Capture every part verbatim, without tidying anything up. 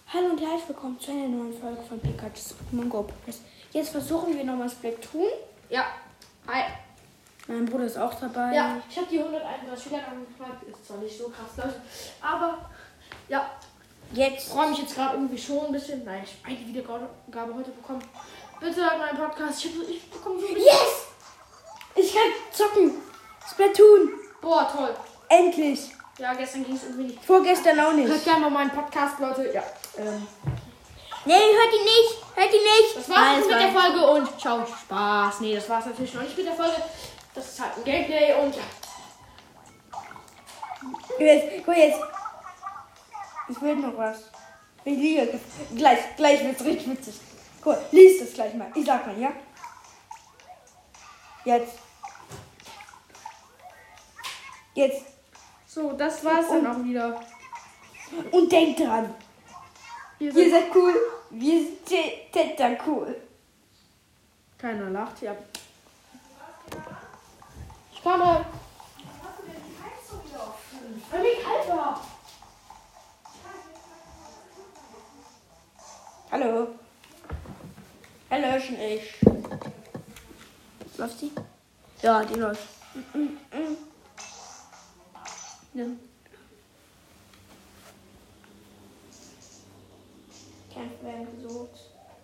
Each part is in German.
Hallo und herzlich willkommen zu einer neuen Folge von Pikachu's Pokémon Go Podcast. Jetzt versuchen wir nochmal Splatoon. Ja. Hi. Mein Bruder ist auch dabei. Ja, ich habe die hunderteinunddreißig Wiedergaben gemacht. Ist zwar nicht so krass, Leute. Aber, ja. Jetzt. Ich freue mich jetzt gerade irgendwie schon ein bisschen, weil ich eine Wiedergabe heute bekommen. Bitte hört meinen Podcast. Ich, hab, ich bekomme so ein bisschen. Yes! Ich kann zocken. Splatoon. Boah, toll. Endlich. Ja, gestern ging es irgendwie nicht. Vorgestern auch nicht. Hört gerne mal meinen Podcast, Leute. Ja. Ähm. Nee, hört ihn nicht. Hört ihn nicht. Das war's jetzt mit der Folge und ciao, Spaß. Nee, das war's natürlich noch nicht mit der Folge. Das ist halt ein Gameplay und ja. Jetzt, guck jetzt. Ich will noch was. Ich liege. Gleich, gleich wird's richtig witzig. Cool, lies das gleich mal. Ich sag mal, ja? Jetzt. Jetzt. So, das war's dann auch wieder. Und denkt dran. Ihr Ihr seid seid cool. Wir sind Teta cool. Keiner lacht, ja. Ich komme. Weil mir kalt war. Hallo. Hallo, schon ich. Läuft die? Ja, die läuft. Mm, mm, mm. Ja. Kämpfe werden gesucht.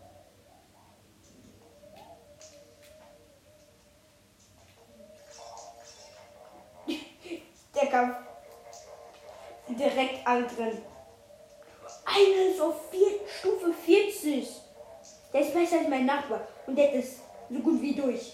Der Kampf. Direkt an drin. Einer ist auf vier, Stufe vierzig. Der ist besser als mein Nachbar. Und der ist so gut wie durch.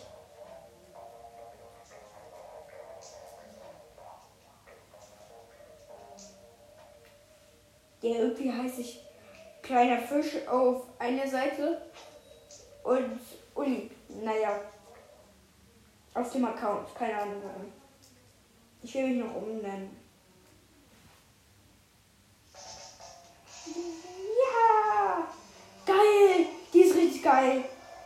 Der irgendwie heißt ich kleiner Fisch auf einer Seite. Und, und naja. Auf dem Account. Keine Ahnung warum. Ich will mich noch umnennen. Ja! Geil! Die ist richtig geil.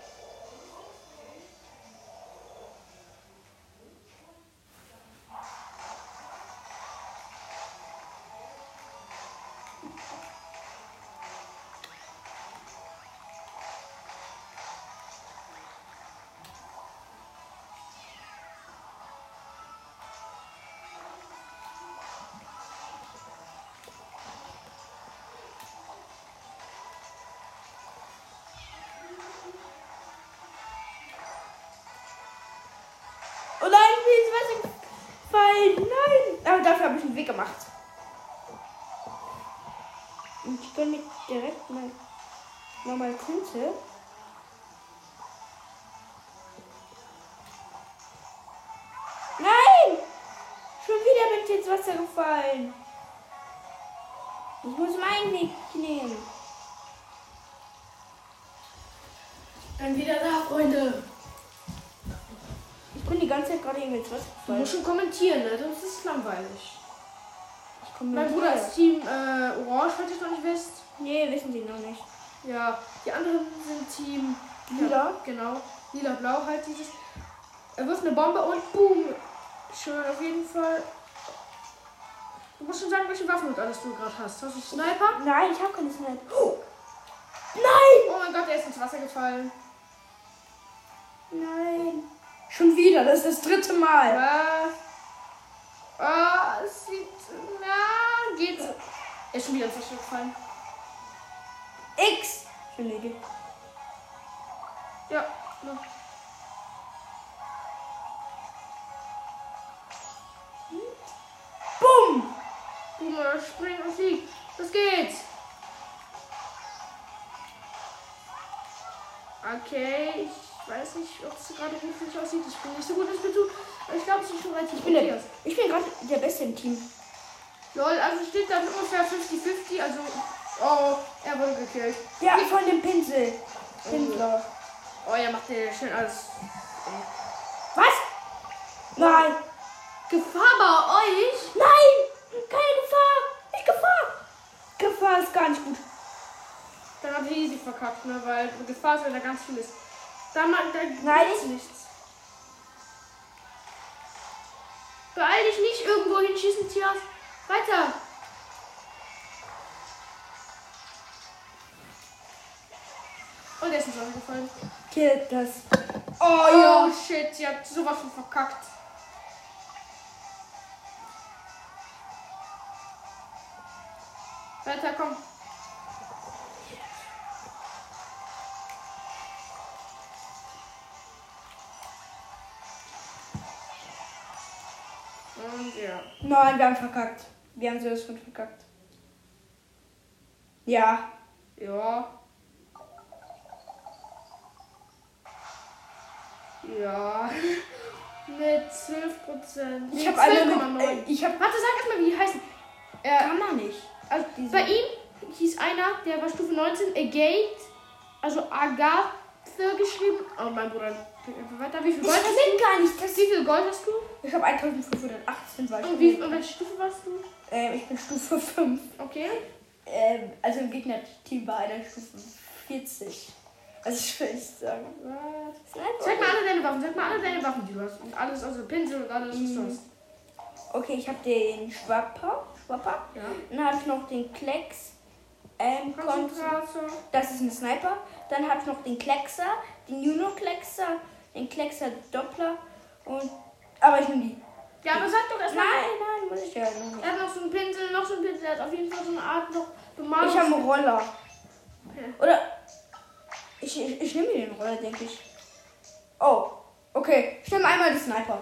Oh nein, wie ist was gefallen? Nein! Aber dafür habe ich einen Weg gemacht. Und ich gönne mir direkt mal nochmal Tinte. Nein! Schon wieder bin ich ins Wasser gefallen. Ich muss meinen Weg nehmen. Bin wieder da, Freunde. Ich bin die ganze Zeit gerade irgendwie ins Wasser Du gefallen. musst schon kommentieren, ne? Sonst ist es langweilig. Ich komme Mein Bruder ist Team äh, Orange, falls ihr es noch nicht wisst. Nee, wissen sie noch nicht. Ja, die anderen sind Team Lila. Ja, genau. Lila-Blau halt dieses. Er wirft eine Bombe und boom. Schön, auf jeden Fall. Du musst schon sagen, welche Waffen und alles du gerade hast. Hast du Sniper? Nein, ich habe keine Sniper. Oh. Nein! Oh mein Gott, er ist ins Wasser gefallen. Nein. Schon wieder, das ist das dritte Mal. Was? Ah, es sieht. Na, geht's. Er ist schon wieder ins Wasser gefallen. X. Entschuldige. Ja, no. Bumm. Boom, er springt und fliegt. Los geht's. Okay, ich weiß nicht, ob es gerade richtig aussieht. Ich bin nicht so gut in Splatoon. Aber ich glaube, es ist schon relativ Ich bin, okay der, aus. ich bin gerade der Beste im Team. Lol, also steht dann ungefähr fünfzig fünfzig, also. Oh, er wurde gekillt. Der von dem Pinsel. Pinsler. Oh, er macht dir schön alles. Was? Nein. Gefahr bei euch? Nein. Keine Gefahr. Nicht Gefahr. Gefahr ist gar nicht gut. Dann hat er easy verkackt, ne? Weil Gefahr ist, wenn da ganz viel ist. Da, ma- da Nein, gibt's ich- nichts. Beeil dich nicht irgendwo hinschießen, Tias. Weiter. Und der ist ins Wasser gefallen. Killt das. Oh, Oh. ja. Shit, sie hat sowas von verkackt. Weiter, komm. Und ja. Nein, wir haben verkackt. Wir haben sowas von verkackt. Ja. Ja. Ja. Mit zwölf Prozent. Ich habe alle zwölf Komma mit, äh, neun. ich habe Warte, sag erstmal, wie die heißen. Äh, kann man nicht. also Diese- bei ihm hieß einer, der war Stufe neunzehn, Agate, also Agathe geschrieben. Oh, mein Bruder, bringt einfach weiter. Wie viel Ich Gold hast klingt gar nicht. du? Das Wie viel Gold hast du? ich habe eintausendfünfhundertachtzehn. Weil Und, wie, und welche Stufe warst du? ähm, ich bin Stufe fünf. Okay. Ähm, also im Gegnerteam war einer Stufe vierzig. Also ich will nicht sagen. Was? Zeig mal alle deine Waffen, zeig mal alle deine Waffen, die du hast. Und alles, also Pinsel und alles, was du Mhm. hast. Okay, ich habe den Schwapper. Schwapper. Ja. Dann habe ich noch den Klecks. Ähm, Kon- Konzentrator. das ist ein Sniper. Dann habe ich noch den Kleckser, den Juno-Kleckser, den Kleckser Doppler und. Aber ich nehme die. Ja, aber sag doch Nein, erstmal. nein, muss ich ja noch nicht. Er hat noch so einen Pinsel, noch so einen Pinsel, er hat auf jeden Fall so eine Art noch normales. Ich habe einen Roller. Okay. Oder. Ich, ich, ich nehme den Roller, denke ich. Oh, okay. Ich nehme einmal die Sniper.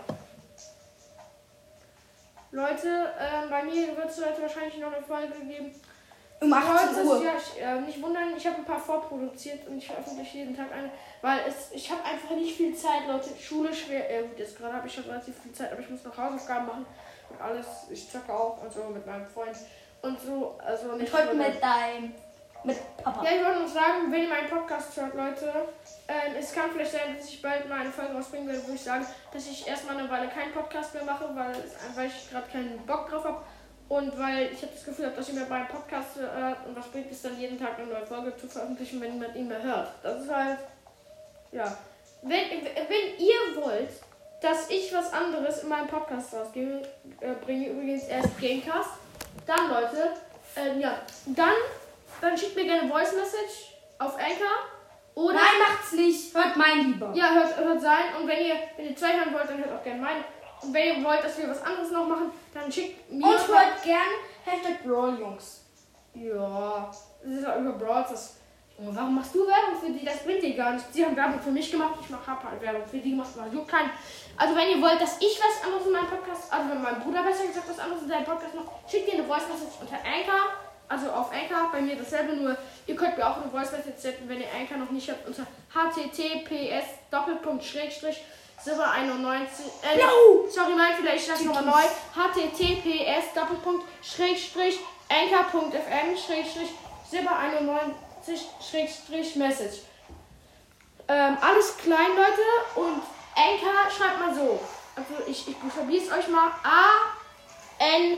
Leute, ähm, bei mir wird es heute wahrscheinlich noch eine Folge geben. Um Heute achtzehn ist Uhr. ja, ich, äh, nicht wundern, ich habe ein paar vorproduziert und ich veröffentliche jeden Tag eine, weil es, ich habe einfach nicht viel Zeit, Leute. Schule schwer, äh, gut, jetzt gerade habe ich schon relativ viel Zeit, aber ich muss noch Hausaufgaben machen und alles. Ich zocke auch und so mit meinem Freund und so, also nicht Ich heute wundern. mit deinem. Mit Papa. Ja, ich wollte noch sagen, wenn ihr meinen Podcast hört, Leute, ähm, es kann vielleicht sein, dass ich bald mal eine Folge rausbringen werde, wo ich sage, dass ich erstmal eine Weile keinen Podcast mehr mache, weil, es, weil ich gerade keinen Bock drauf habe und weil ich habe das Gefühl habe, dass ihr mir beim Podcast hört und was bringt es dann jeden Tag eine neue Folge zu veröffentlichen, wenn niemand ihn mehr hört. Das ist halt, ja. Wenn, wenn ihr wollt, dass ich was anderes in meinem Podcast rausbringe, äh, bringe übrigens erst Gamecast, dann Leute, äh, ja, dann Dann schickt mir gerne Voice Message auf Anchor. Oder. Nein, macht's nicht. Hört mein lieber. Ja, hört, hört sein. Und wenn ihr, wenn ihr zwei hören wollt, dann hört auch gerne meinen. Und wenn ihr wollt, dass wir was anderes noch machen, dann schickt mir. Und hört gern Hashtag Brawl, Jungs. Ja, das ist ja über Brawl. Das, Junge, warum machst du Werbung für die? Das bringt dir gar nichts. Sie haben Werbung für mich gemacht, ich mach, hab halt Werbung für die gemacht, weil juckt keinen. Also wenn ihr wollt, dass ich was anderes in meinem Podcast, also wenn mein Bruder besser gesagt was anderes in seinem Podcast macht, schickt ihr eine Voice Message unter Anchor. Also auf Anchor, bei mir dasselbe, nur ihr könnt mir auch eine Voice Message senden, wenn ihr Anchor noch nicht habt, unter https doppelpunkt schrägstrich silber einundneunzig. Äh, No! Sorry, mein Fehler, ich sage nochmal neu. https doppelpunkt schrägstrich anchor.fm schrägstrich silber einundneunzig schrägstrich message. Ähm, alles klein, Leute, und Anchor schreibt man so. Also ich, ich buchstabiere es euch mal. A N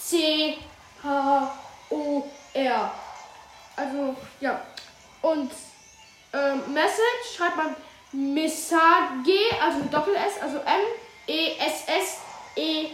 C H O R. Also, ja. Und ähm, Message schreibt man Message, also mit Doppel-S, also M E S S E.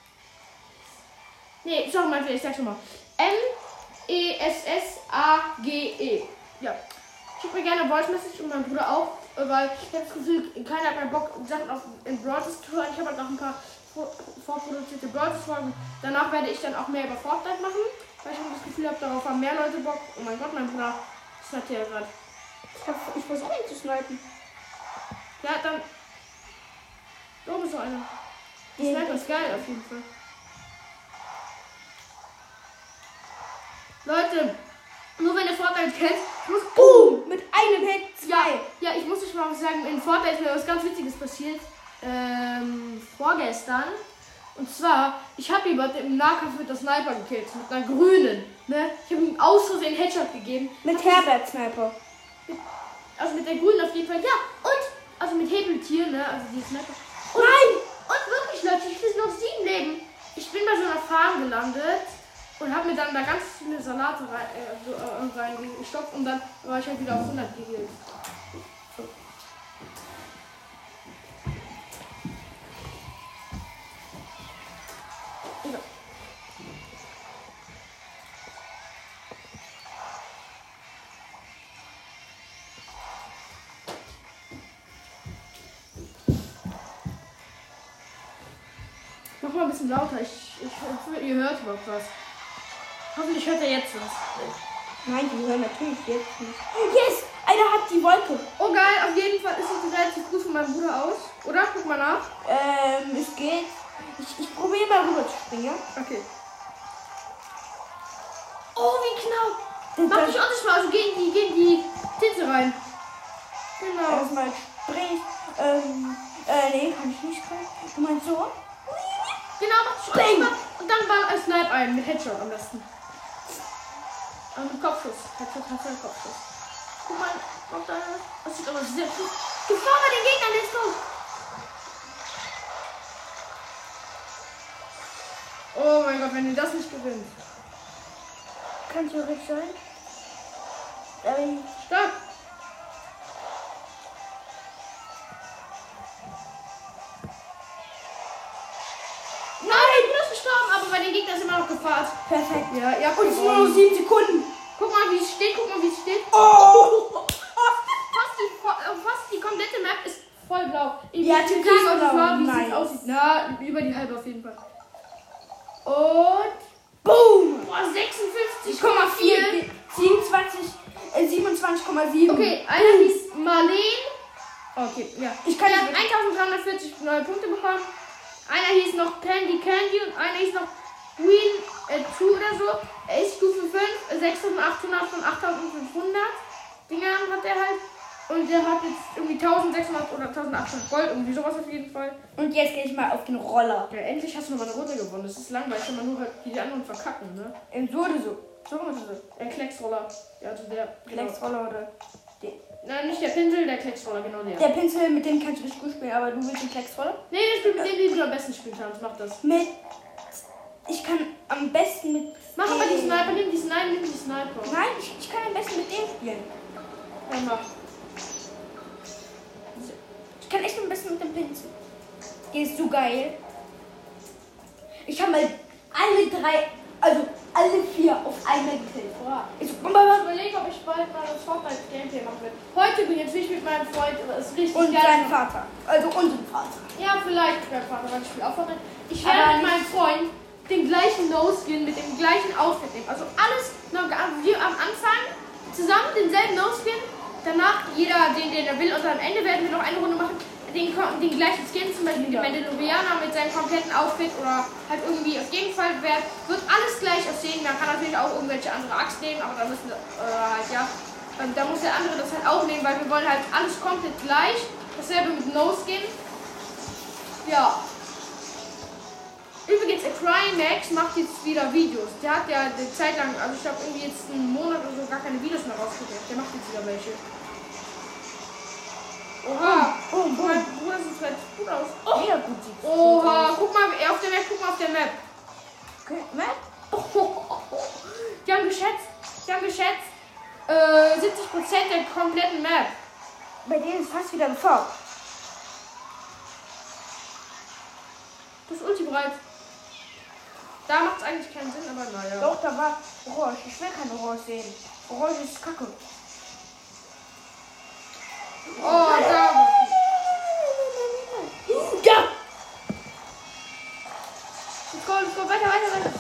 Nee, sorry, mein Fehler, ich sag schon mal. M E S S A G E. Ja. Schickt mir gerne Voice Message und mein Bruder auch, weil ich habe das Gefühl, keiner hat mehr Bock, Sachen auf, in Broadcast zu hören. Ich habe halt noch ein paar vor, vorproduzierte Broadcast-Folgen. Danach werde ich dann auch mehr über Fortnite machen. Weil ich das Gefühl habe, darauf haben mehr Leute Bock. Oh mein Gott, mein Bruder sniped ja gerade. Ich, hab- ich versuche ihn zu snipen. Ja, dann. Da oben ist noch einer. Die Sniper ist geil auf jeden Fall. Leute, nur wenn ihr Fortnite kennt, ich muss. Boom! Mit einem Hit Ja, zwei. ja, ich muss euch mal was sagen. In Fortnite ist mir was ganz Witziges passiert. Ähm, vorgestern. Und zwar, ich habe jemanden im Nahkampf mit der Sniper gekillt. Mit einer grünen. Ne? Ich habe ihm aus Versehen Headshot gegeben. Mit Herbert Sniper. Also mit der grünen auf jeden Fall. Ja, und also mit Hebeltier, ne? Also die Sniper. Und, Nein! Und wirklich, Leute, ich bin noch sieben Leben. Ich bin bei so einer Farm gelandet und habe mir dann da ganz viele Salate rein, äh, so, äh, reingestopft und dann war ich halt wieder auf hundert geheilt. So. Ja. mal ein bisschen lauter. Ich, ich, ich, ihr hört überhaupt was. Hoffentlich hört er jetzt was. Nein, die hören natürlich jetzt nicht. Yes! Einer hat die Wolke. Oh geil, auf jeden Fall ist es relativ gut von meinem Bruder aus. Oder? Guck mal nach. Ähm, es geht. Ich, ich probiere mal rüber zu springen, ja? Okay. Oh, wie knapp. Mach dich auch nicht mal, also geh in die, geh in die Tinte rein. Genau. Erstmal spring ich. Ähm, äh, nee, kann ich nicht springen. Du meinst so? Genau, mach dich auch nicht mal. Und dann ball als Snipe ein, mit Headshot am besten. Und mit Kopfschuss. Headshot hast du einen Kopfschuss. Guck mal, auf da. Das sieht aber sehr gut. Gefahr bei den Gegnern, let's go. Oh mein Gott, wenn ihr das nicht gewinnt. Kann theoretisch sein. Aber ich Stopp! Nein, du bist gestorben, aber bei den Gegnern ist immer noch Gefahr. perfekt. Ja, ja, Und es sind nur noch sieben Sekunden. Guck mal, wie es steht, guck mal, wie es steht. Oh! Fast die, fast die komplette Map ist voll blau. Ich Ja, will türkis sagen, ob es blau. war, wie es Nice. jetzt aussieht. Na, über die halbe auf jeden Fall. Und Boom! boah, sechsundfünfzig Komma Komma vier. vier. siebenundzwanzig, äh, siebenundzwanzig Komma sieben. Okay, einer hieß Marleen. Okay, ja. Ich kann Der hat nicht- eintausenddreihundertvierzig neue Punkte bekommen. Einer hieß noch Candy Candy und einer hieß noch Queen äh, zwei oder so. Er ist Stufe fünf, sechstausendachthundert von achttausendfünfhundert Dingern hat er halt. Und der hat jetzt irgendwie eintausendsechshundert oder eintausendachthundert Gold, irgendwie sowas auf jeden Fall. Und jetzt gehe ich mal auf den Roller. Ja, endlich hast du noch mal eine Runde gewonnen. Das ist langweilig, wenn man nur halt die anderen verkacken, ne? Im Surde so. So was ist das? Der Klecksroller. Ja, also der. Genau. Klecksroller oder. Nein, nicht der Pinsel, der Klecksroller, genau der. Der Pinsel, mit dem kannst du richtig gut spielen, aber du willst den Klecksroller? Nee, der spielt mit dem, den du am besten spielen kannst. Mach das. Mit. Ich kann am besten mit. Mach aber die dem- Sniper, nimm die Sniper, nimm die Sniper. Nein, ich, ich kann am besten mit dem spielen. Ja, mach. Ich kann echt am besten mit dem Pinsel. Der ist so geil. Ich habe mal alle drei, also alle vier auf einmal gekillt. Boah. Ich so, Ich überlege, ob ich bald mal das Fortnite-Gameplay machen will. Heute übrigens nicht mit meinem Freund, aber es ist richtig und geil. sein Vater. Also unseren Vater. Ja, vielleicht mit meinem Vater, weil ich spiele auch Fortnite. Ich Aber werde mit nicht- meinem Freund den gleichen No-Skin mit dem gleichen Outfit nehmen. Also alles noch wie am Anfang zusammen denselben No-Skin. Danach jeder, den, den er will. Und am Ende werden wir noch eine Runde machen. Den, den gleichen Skin, zum Beispiel Ja. den Mandalorianer mit seinem kompletten Outfit oder halt irgendwie auf jeden Fall wird, wird alles gleich aussehen. Man kann natürlich auch irgendwelche andere Axt nehmen, aber da müssen wir, äh, halt ja, ähm, da muss der andere das halt auch nehmen, weil wir wollen halt alles komplett gleich. Dasselbe mit No-Skin. Ja. Übrigens, Crymax macht jetzt wieder Videos. Der hat ja eine Zeit lang, also ich glaube irgendwie jetzt einen Monat oder so gar keine Videos mehr rausgebracht. Der macht jetzt wieder welche. Oha, Oh, guck mal, Bruder sieht relativ gut aus. oh. Mega gut sieht Oha, guck mal auf der Map, guck mal auf der Map. Okay, Map? Die haben geschätzt, die haben geschätzt, äh, siebzig Prozent der kompletten Map. Bei denen ist fast wieder ein Fob. Du bist Ulti bereit. Da macht es eigentlich keinen Sinn, aber naja. Doch, da war Orange. Ich will kein Orange sehen. Orange ist kacke. Oh, da. Ja! Let's go, let's go, weiter, weiter, weiter.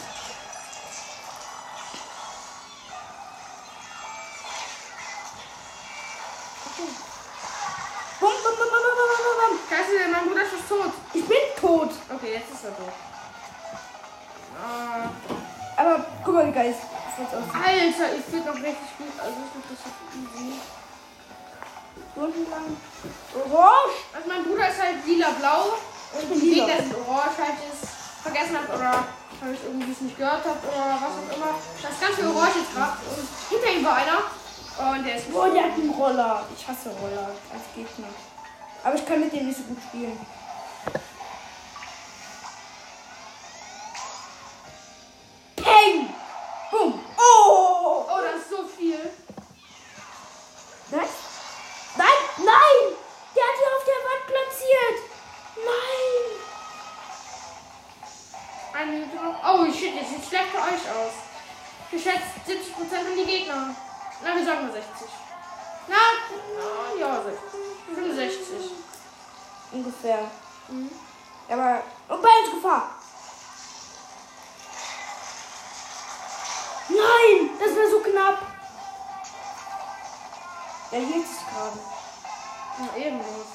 Bum, bum, bum, bum, bum, bum, bum. Scheiße, mein Bruder ist fast tot. Ich bin tot. Okay, jetzt ist er tot. Ah. Aber guck mal, wie geil es jetzt aussieht. Alter, ich finde noch richtig gut. Also ich finde das ist easy. Stundenlang. Orange. Also mein Bruder ist halt lila-blau. Und bin die lila. Gegner sind orange, halt ist vergessen habt oder weil ich irgendwie es nicht gehört habt oder was auch immer. Das ganze orange ist gerade. Und hinter ihm war einer. Und der ist Boah, der hat einen Roller. Ich hasse Roller als Gegner. Aber ich kann mit dem nicht so gut spielen. Peng! Boom! Oh! Oh, das ist so viel. Nein! Nein! Nein! Der hat hier auf der Wand platziert! Nein! Eine Minute noch. Oh shit, jetzt sieht schlecht für euch aus. Geschätzt siebzig Prozent an die Gegner. Na, wir sagen mal sechzig. Na, na ja, sechzig. fünfundsechzig. Ungefähr. Mhm. Aber. Und bei uns Gefahr! Nein, das war so knapp. Der hielt sich gerade. Ja, eben los.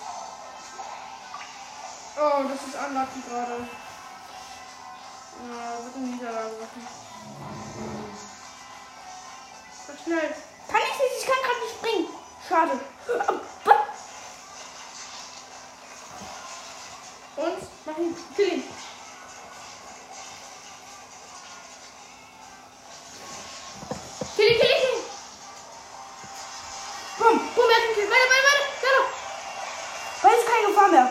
Oh, das ist unlucky gerade. Ja, wird eine Niederlage machen. Mach schnell. Kann ich nicht, ich kann gerade nicht springen. Schade. Und mach ihn, kill ihn. Kill ihn, kill ihn, kill ihn. Bumm. Bumm, er hat ihn gekillt. Weiter, weiter, weiter. Ja, Weil es keine Gefahr mehr.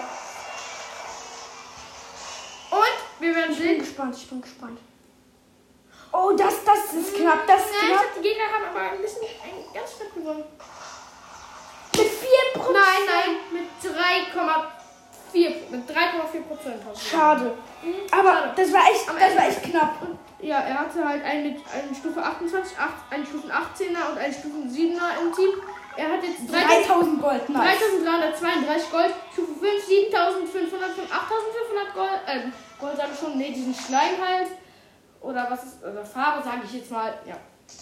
doch. Und wir werden Ich bin sehen. gespannt, ich bin gespannt. Oh, das, das ist knapp, das ist Ja, ich knapp. hab die Gegner haben aber ein bisschen ein ganz Stück gewonnen. Mit vier Prozent. Nein, nein, mit drei Komma vier mit drei Komma vier Prozent. Schade. Mhm, Aber schade. das war echt, Am das Ende- war echt knapp. Ja, er hatte halt einen mit einen Stufe achtundzwanzig, acht, einen Stufen achtzehner und einen Stufen siebener im Team. Er hat jetzt dreitausend Gold, nice. dreitausenddreihundertzweiunddreißig Gold, Stufe fünf, siebentausendfünfhundert, achttausendfünfhundert Gold, äh, Gold sage ich schon, nee, diesen Schleim halt. Oder was ist, oder Farbe sage ich jetzt mal, ja.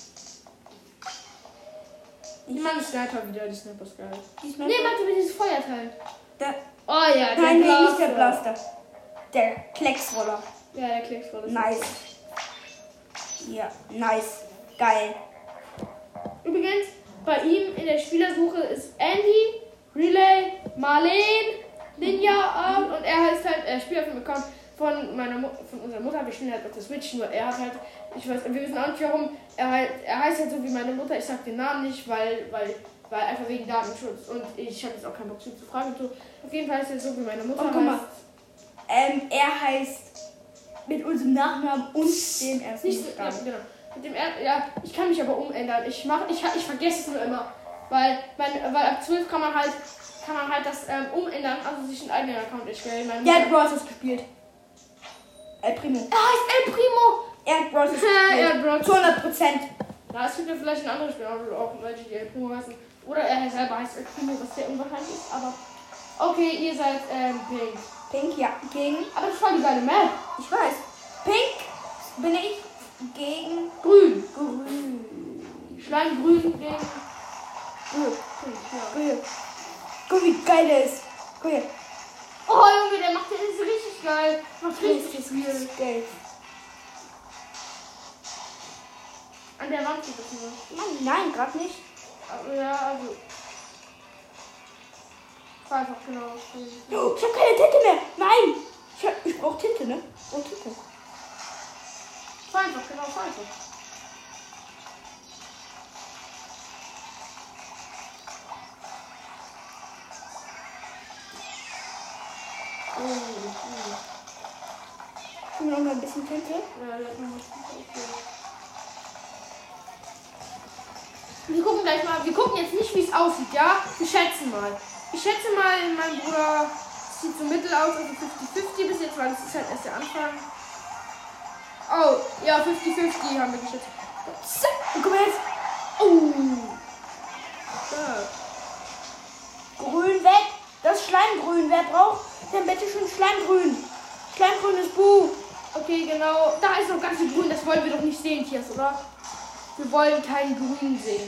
Ich meine Sniper wieder, die Sniper ist geil. Diesmal- Nee, warte, mit dieses Feuerteil. Der, Oh ja, der nein, nee, Blaster. nicht der Blaster. Der Klecksroller. Ja, der Klecks war das. Nice. Ja, nice. Geil. Übrigens, bei ihm in der Spielersuche ist Andy, Relay, Marlene, Ninja ähm, und er heißt halt, er spielt auf dem Account von meiner Mu von unserer Mutter. Wir spielen halt auf der Switch, nur er hat halt, ich weiß, wir wissen auch nicht warum, er, halt, er heißt halt so wie meine Mutter, ich sag den Namen nicht, weil, weil, weil einfach wegen Datenschutz und ich habe jetzt auch keinen Bock zu fragen und so. Auf jeden Fall ist er so wie meine Mutter Und guck mal, heißt. ähm, er heißt mit unserem Nachnamen und dem ersten Nicht so, ja, Buchstaben. genau. Mit dem er ja, ich kann mich aber umändern. Ich mach, ich, ich vergesse es nur immer. Weil, mein, weil ab zwölf kann man halt, kann man halt das ähm, umändern, also sich einen eigenen Account erstellen. Meine Der hat Mutter- Bros. gespielt. El Primo. Er heißt El Primo! Er hat Bros. Ja, er hat gespielt. Bros. Zu hundert Prozent. Ja, es gibt ja vielleicht ein anderes Spiel, also auch welche, die El Primo heißen. Oder er selber heißt El Primo, was sehr unwahrscheinlich ist, aber. Okay, ihr seid ähm, Pink. Pink, ja, gegen. Aber das war die geile Map. Ich weiß. Pink bin ich gegen Grün. Grün. Schleimgrün gegen. Grün. Pink, ja. Grün. Guck, wie geil der ist. Guck hier. Oh Junge, der macht den ist richtig geil. Macht richtig Richtig, viel. richtig geil. An der Wand geht das nur. Nein, nein, gerade nicht. Aber ja, also. War einfach genau. Oh, ich hab keine Tinte mehr. Nein. Ich, hab- ich brauch Tinte, ne? Oh, Tinte. War einfach genau, war einfach. Oh, oh. Ich will noch mal ein bisschen Tinte. Ja, der hat noch was. Okay. Wir gucken gleich mal. Wir gucken jetzt nicht, wie es aussieht, ja? Wir schätzen mal. Ich schätze mal, mein Bruder sieht so mittel aus, also fünfzig fünfzig bis jetzt, weil das ist halt erst der Anfang. Oh, ja, fünfzig fünfzig haben wir geschätzt. Zack. Und guck mal jetzt. Oh. Ja. Grün weg. Das Schleimgrün. Wer braucht denn bitte schon Schleimgrün? Schleimgrün ist Buh. Okay, genau. Da ist noch ganz viel Grün. Das wollen wir doch nicht sehen, Tiers, oder? Wir wollen kein Grün sehen.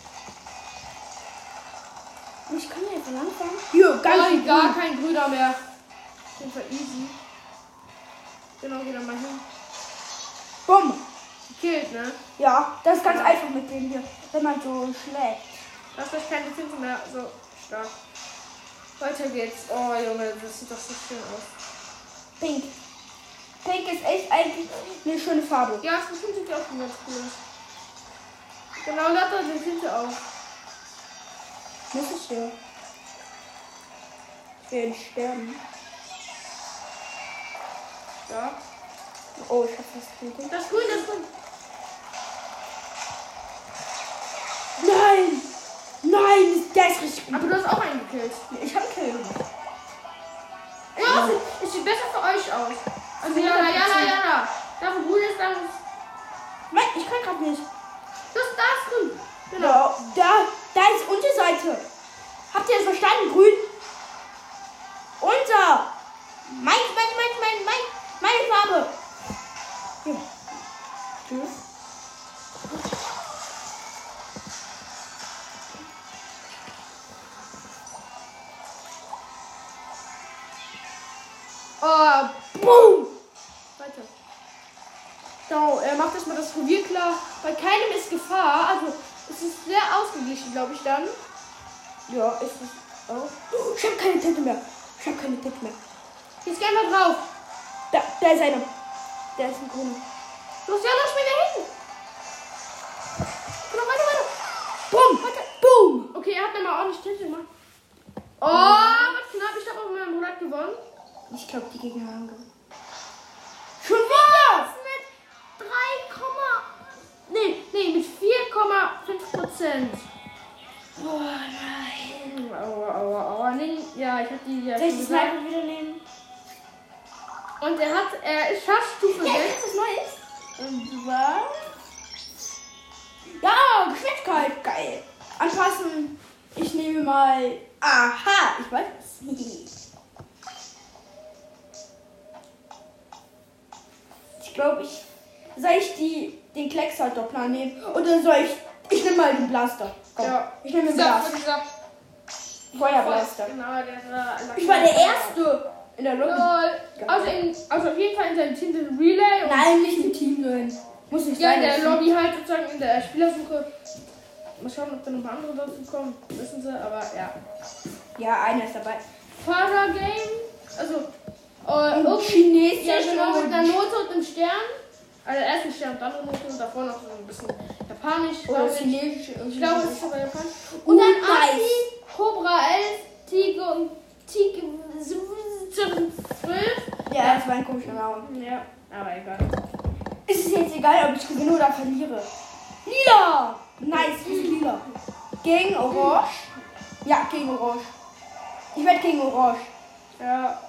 Ich kann ja einfach anfangen. Hier, ganz Gar, viel gar Grün. kein Grüner mehr. Auf jeden Fall easy. Genau, geh dann mal hin. Bumm. Killt, ne? Ja, das ist ganz Ja. einfach mit dem hier, wenn man so schlägt. Da ist gleich keine Tinte mehr. So, stark. Weiter geht's. Oh, Junge, das sieht doch so schön aus. Pink. Pink ist echt eigentlich eine schöne Farbe. Ja, das Tinte sieht auch schon ganz cool aus. Genau, lad da die Tinte auf. Muss ich ja. Ich will nicht sterben. Ja. Oh, ich hab fast Tinte. Das ist grün, das ist grün. Nein! Nein, der ist richtig gut. Aber du hast auch einen gekillt. Ich hab einen Kill. Ja, es sieht- es sieht besser für euch aus. Also, Jana, Jana, Jana. Da, wo grün ist, dann ist. Nein, ich kann gerade nicht. Das, da ist grün. Genau. Ja, da, da ist Unterseite. Habt ihr das verstanden? Grün. Unter. Mein, mein, mein, mein, mein, meine Farbe. Hier. Tschüss. Oh, boom! Weiter. Genau, er macht erstmal das Revier klar. Bei keinem ist Gefahr. Also, es ist sehr ausgeglichen, glaube ich, dann. Ja, ist es auch. Oh, ich habe keine Tinte mehr. Ich habe keine Tinte mehr. Jetzt geh einfach drauf. Da, da ist einer. Der ist ein grüner. Los, ja, lass mich da hin. Genau, weiter, weiter. Boom! Weiter. Boom! Okay, er hat mir mal ordentlich Tinte gemacht. Oh, was knapp. Ich habe auch mit meinem Bruder gewonnen. Ich glaube, die Gegner haben gewonnen. Schon wieder! Mit drei, nee, nee, mit vier Komma fünf Prozent. Boah, nein. Aua, aua, aua. Nee, ja, ich hab die ja Soll ich schon die gesagt. Sniper wieder nehmen? Und er hat, er ist fast Stufe Ja, sechs. ist was Neues. Und zwar... Ja, Geschwindigkeit. Geil. Anpassen. Ich nehme mal... Aha, ich weiß es. Ich glaube, ich... Soll ich die, den Kleckshalterplan nehmen? Oder soll ich... Ich nehme mal den Blaster. Komm. Ja. Ich nehme den Dieser- Blaster. dieser- Feuerblaster. Genau, der war Ich war der Erste in der Lobby. Lol. Also, in, also auf jeden Fall in seinem Team sind Relay und Nein, nicht im Team sein. Muss nicht ja, in sein. der das Lobby halt sozusagen in der Spielersuche. Mal schauen, ob da noch ein paar andere dazu kommen. Wissen sie, aber ja. Ja, einer ist dabei. Fahrer Game. Also, äh, Und irgendwie- Chinesisch ja, genau, mit und- einer Note und einem Stern. Also, erst ein Stern und dann eine Note und davor noch so ein bisschen japanisch. Oder glaub ich. Chinesisch. Ich glaube, es ist aber japanisch. Und Und dann nice. Asi, Cobra elf, Tiger und Tiger zwölf. Ja, das war ein komischer Name. Ja, aber egal. Ist es jetzt egal, ob ich gewinne oder verliere? Lila! Nice, wir sind lila. Gegen Orange? Ja, gegen Orange. Ich werde gegen Orange. Ja.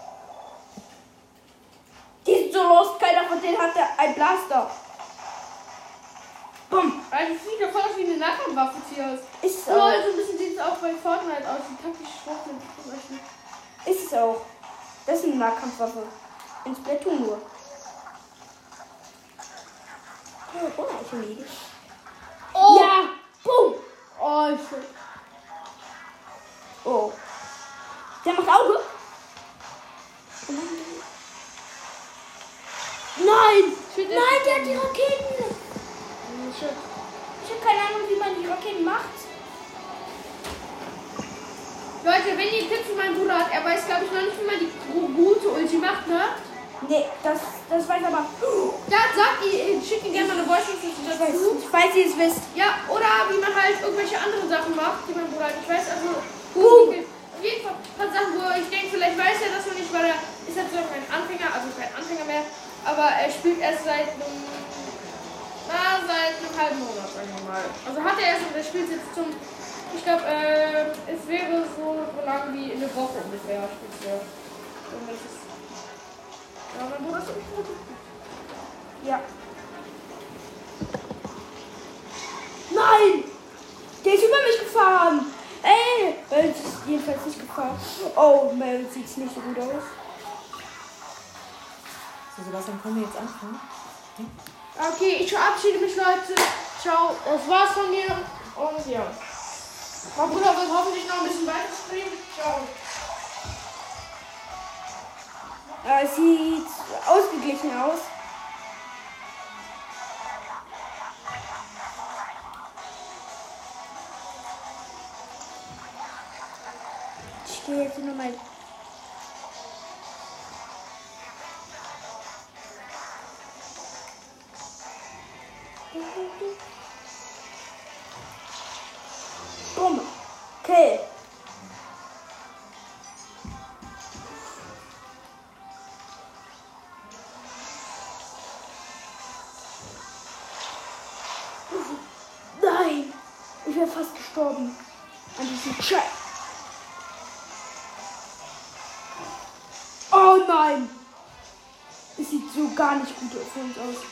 Die sind so lost, keiner von denen hatte ein Blaster. Bumm. Also, es sieht ja voll aus wie eine Nahkampfwaffe hier aus. Ist es Oh, auch. so ein bisschen sieht es auch bei Fortnite aus. Die taktische Schwachsinn zum Beispiel. Ist es auch. Das ist eine Nahkampfwaffe. In Splatoon nur. Oh, ich bin ledig. Oh! Ja! Boom! Oh, shit. Oh. Der macht Auge. Nein! Shit, Nein, der hat die Raketen! Oh, shit. Ich habe keine Ahnung, wie man die Raketen macht. Leute, wenn ihr Tipps von meinem Bruder habt, er weiß, glaube ich, noch nicht, wie man die gu- gute Ulti macht, ne? Nee, das, das weiß aber. Ja, sagt ihr, schickt ihm gerne mal eine Voice-Message Ich weiß, dazu. falls ihr es wisst. Ja, oder wie man halt irgendwelche anderen Sachen macht, die mein Bruder halt nicht weiß. Also, Boom. auf jeden Fall ein paar Sachen, wo ich denke, vielleicht weiß er das noch nicht, weil er ist halt so ein Anfänger, also kein Anfänger mehr, aber er spielt erst seit einem, na, seit einem halben Monat, sagen wir mal. Also hat er erst und er spielt jetzt zum, ich glaube, äh, es wäre so, so lang wie in eine Woche ungefähr, spielt er. Und das ist, ja, mein Bruder ist wirklich gut. Ja. Nein! Der ist über mich gefahren! Ey! Mel ist jedenfalls nicht gefahren. Oh, Mel sieht nicht so gut aus. So, Sebastian, können wir jetzt anfangen? Okay, ich verabschiede mich, Leute. Ciao. Das war's von mir. Und ja. Mein Bruder wird hoffentlich noch ein bisschen weiter streamen. Ciao. Äh, sieht ausgeglichen aus. Ich gehe jetzt nochmal. Bumm. Okay. Nein! Ich wäre fast gestorben. An diesem Track. Oh nein! Es sieht so gar nicht gut für uns aus.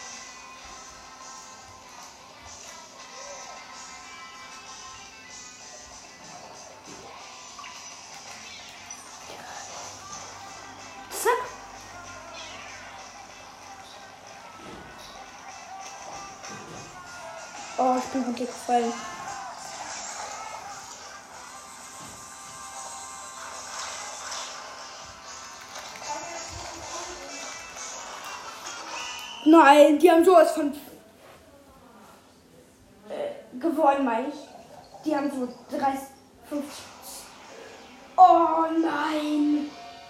Zack! Oh, ich bin runtergefallen. Nein, die haben sowas von äh, gewonnen, meine ich. Die haben so dreißig, fünfzig. Oh nein!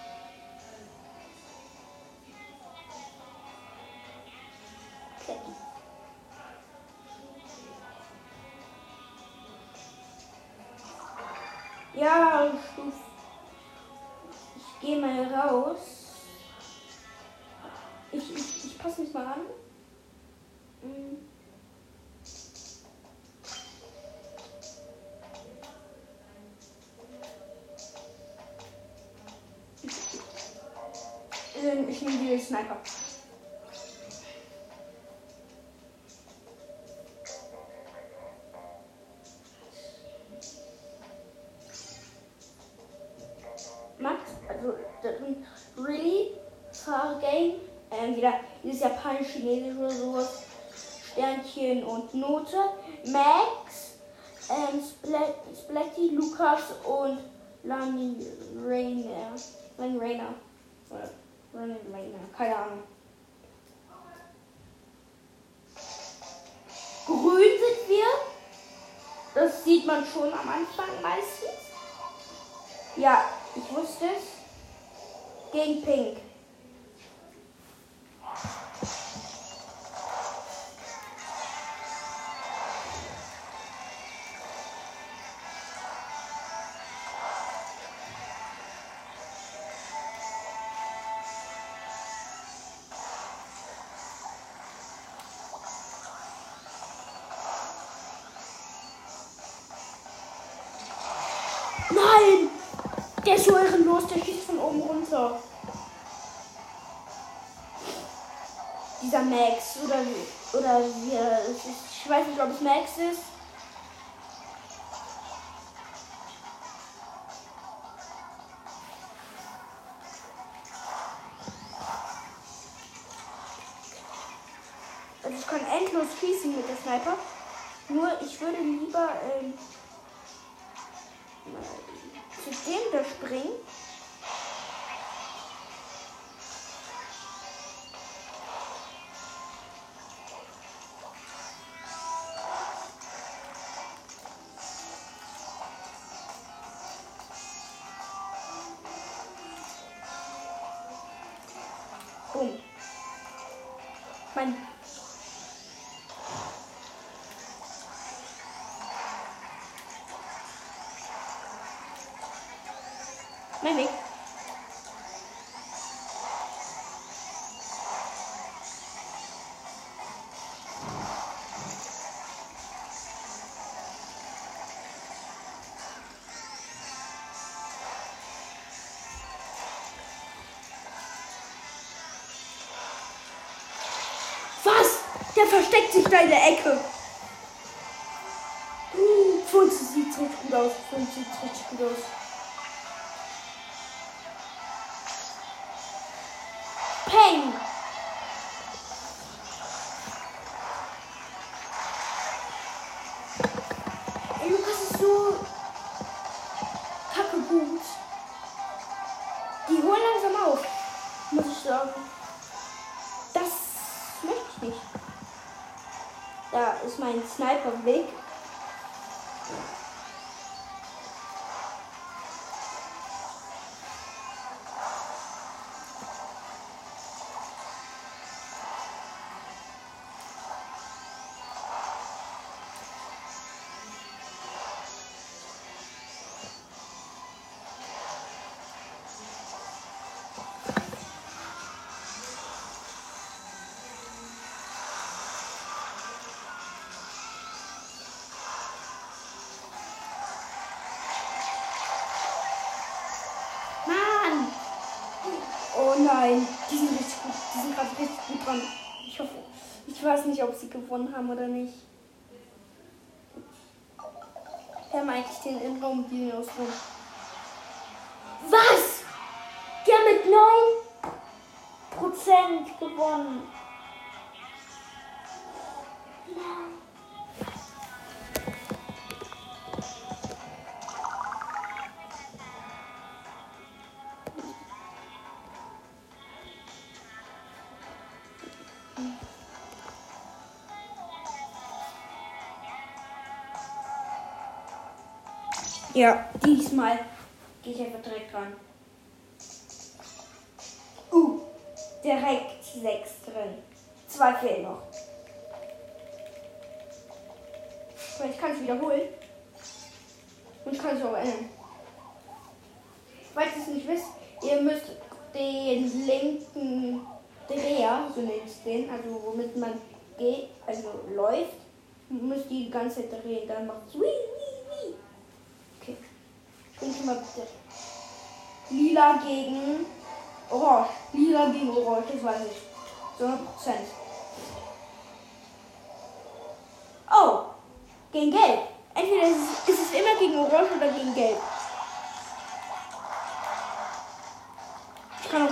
Ja, ich, ich gehe mal raus. Ich, ich, ich passe mich mal an. Hm. Ich, ich nehme die Sniper. Max, also really far game, ähm, wieder dieses japanisch-chinesisch oder sowas, Sternchen und Note, Max, ähm, Splat, Splatty, Lukas und Lani Rainer, Lani Rainer, oder Lani Rainer, keine Ahnung. Grün sind wir, das sieht man schon am Anfang meistens. Ja, ich wusste es. Gegen Pink. Nein! Der ist so ehrenlos, der schießt von oben runter. Dieser Max oder wie, oder wie er ist. Ich weiß nicht, ob es Max ist. Also ich kann endlos schießen mit der Sniper. Nur ich würde lieber ähm, zu dem da springen. Boom. Mein Mein Weg. Was? Der versteckt sich da in der Ecke. Uh, Funzi sieht richtig gut aus. Funzi sieht richtig gut aus. Peng! Ey, Lukas ist so kacke gut. Die holen langsam auf, muss ich sagen. Das möchte ich nicht. Da ist mein Sniper-Weg. Oh nein, die sind richtig gut. Die sind gerade richtig gut dran. Ich hoffe, ich weiß nicht, ob sie gewonnen haben oder nicht. Wir haben eigentlich den Innenraum, die Außenraum. Was? Die haben mit neun Prozent gewonnen. Nein. Ja, diesmal gehe ich einfach direkt ran. Uh, direkt sechs drin. Zwei fehlen noch. Vielleicht kann ich wiederholen. Und ich kann es auch ändern. Falls ihr es nicht wisst, ihr müsst den linken Dreher, so nennt es den, also womit man geht, also läuft, müsst ihr die ganze Zeit drehen. Dann macht es wie, wie, wie. Okay. Ich bin schon mal bitte. Lila gegen Orange. Lila gegen Orange, das weiß ich. So hundert Prozent. Oh, gegen Gelb. Entweder ist es, ist es immer gegen Orange oder gegen Gelb. Ich kann auch.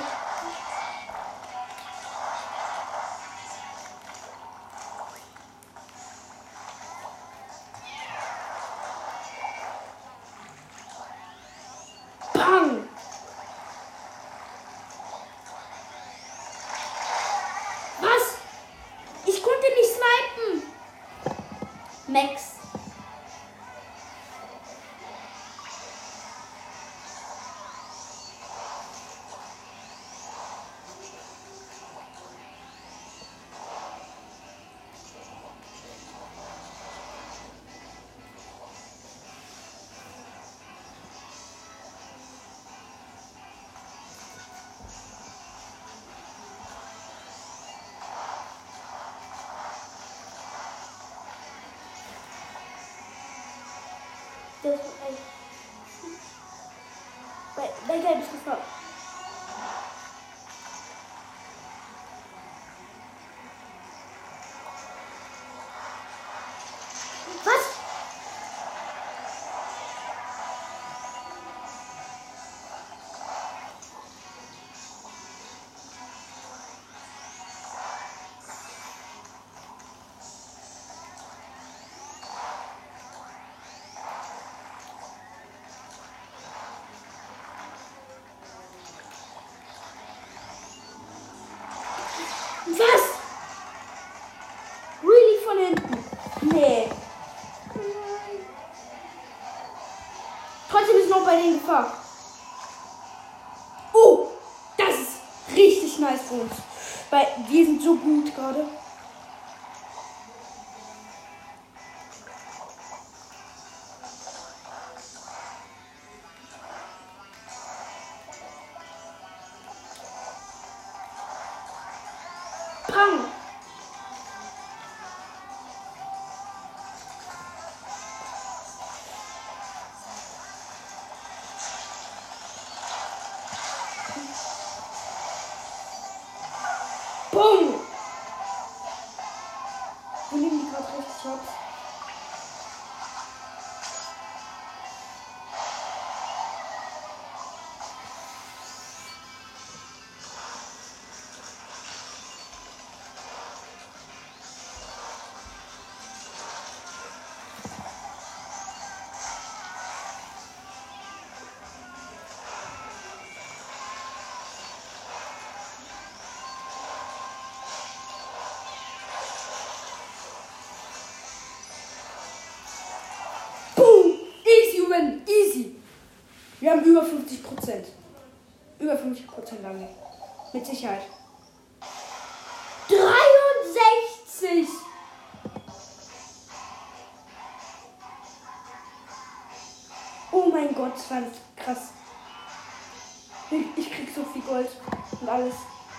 Bang! Was? Ich konnte nicht snipen. Max. Das ist ein. Bei, bei Gelb ist gefragt. Was? Was? Really von hinten? Nee. Trotzdem ist noch bei denen Gefahr. Oh, das ist richtig nice für uns. Weil wir sind so gut gerade. Pang! Bumm! Wir nehmen die gerade richtig ab. Easy. Wir haben über fünfzig Prozent. Über fünfzig Prozent haben wir. Mit Sicherheit. dreiundsechzig. Oh mein Gott, das war krass. Ich krieg so viel Gold und alles.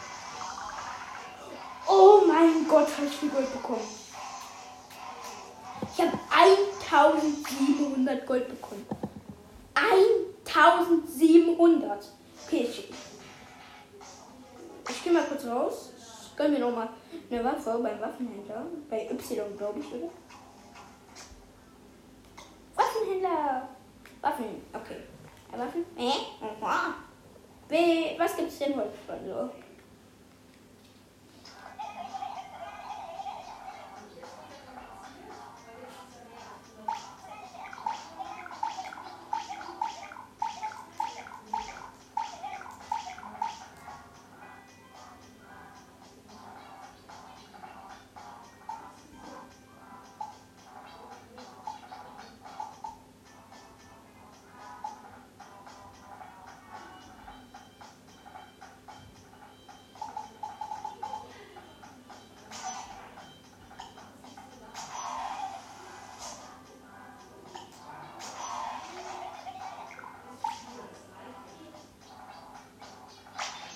Oh mein Gott, habe ich viel Gold bekommen. Ich habe eintausendsiebenhundert Gold bekommen. eintausendsiebenhundert. Okay, ich, ich gehe mal kurz raus. Ich gönn mir nochmal eine Waffe beim Waffenhändler. Bei Y, glaube ich, oder? Waffenhändler. Waffen, okay. Ja, Waffen? Äh? Was gibt's denn heute schon so?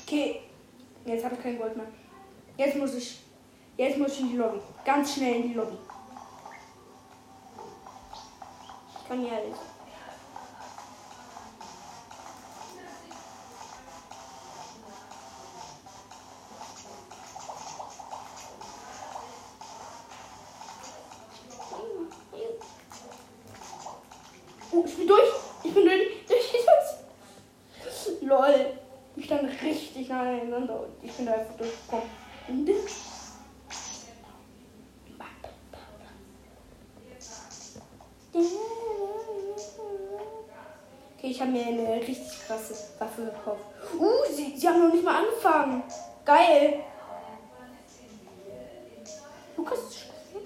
Okay. Jetzt habe ich kein Gold mehr. Jetzt muss ich. Jetzt muss ich in die Lobby. Ganz schnell in die Lobby. Ich kann hier alles. Oh, ich bin durch. Ich bin durch. Ich bin durch. Lol. Ich stand richtig nah aneinander und ich bin da einfach durchgekommen. Okay, ich habe mir eine richtig krasse Waffe gekauft. Uh, sie, sie haben noch nicht mal angefangen. Geil. Lukas ist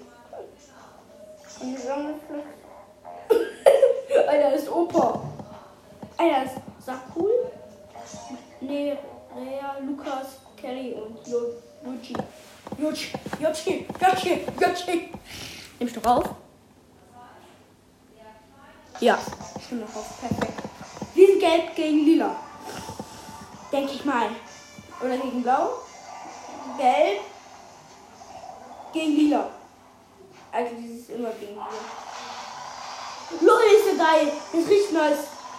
und wir sagen vielleicht. Alter, ist Opa. Alter, ist Sakul. Nee, Rea, Lukas, Kelly und Yuji. Yuji, Yuji, Yuji, Yuji. Nimm ich doch auf? Ja, ich nehme noch auf. Perfekt. Wir sind gelb gegen lila. Denke ich mal. Oder gegen blau. Gelb gegen lila. Also dieses immer gegen lila. Lol, ist ja geil. Das ist richtig nice.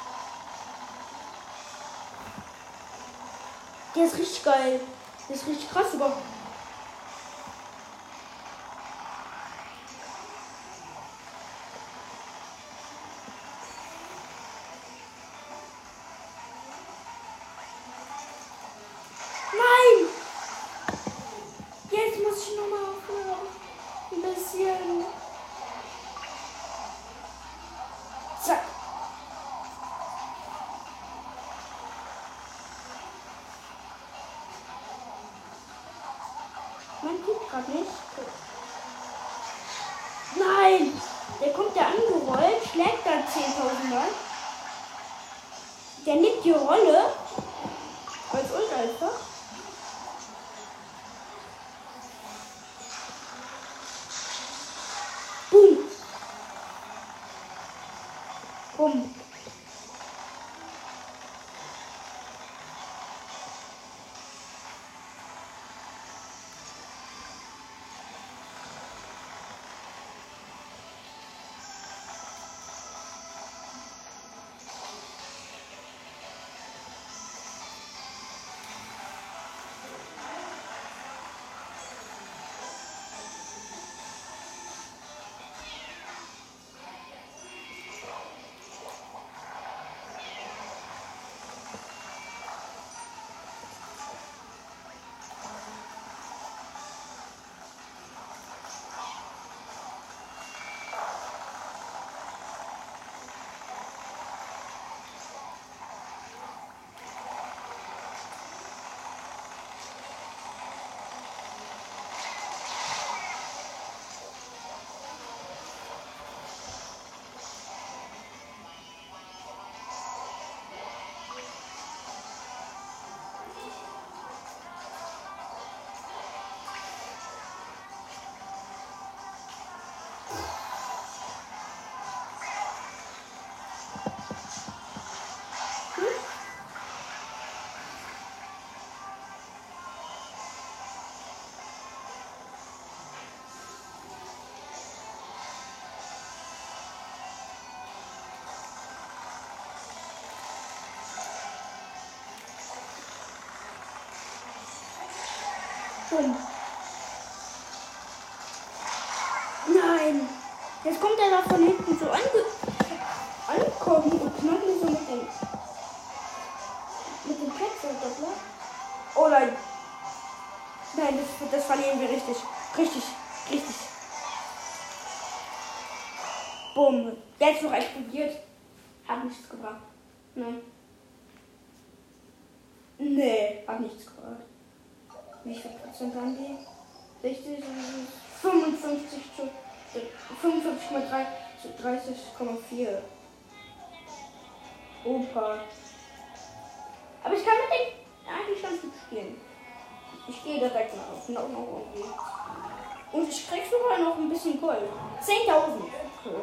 Der ist richtig geil. Der ist richtig krass sogar. Nein! Jetzt muss ich nochmal aufhören. Ein bisschen. Zack. Man guckt gerade nicht. Nein! Der kommt da angerollt, schlägt da zehntausend Mal. Der nimmt die Rolle. Als Ult einfach. Boom! Boom! Boom. Nein! Jetzt kommt er da von hinten so ange ankommen und knallt mir so mit dem mit dem Ketzer. Oh nein! Nein, das, das verlieren wir richtig. Richtig, richtig. Bumm. Jetzt noch explodiert. Hat nichts gebracht. Nein. Nee, hat nichts gebracht. Wie viel Prozent haben die? sechzig, fünfundfünfzig zu fünfundfünfzig Komma drei zu dreißig Komma vier. Opa. Aber ich kann mit dem eigentlich ganz gut spielen. Ich gehe direkt mal auf. Noch, noch irgendwie. Und ich krieg sogar noch ein bisschen Gold. zehntausend. Okay.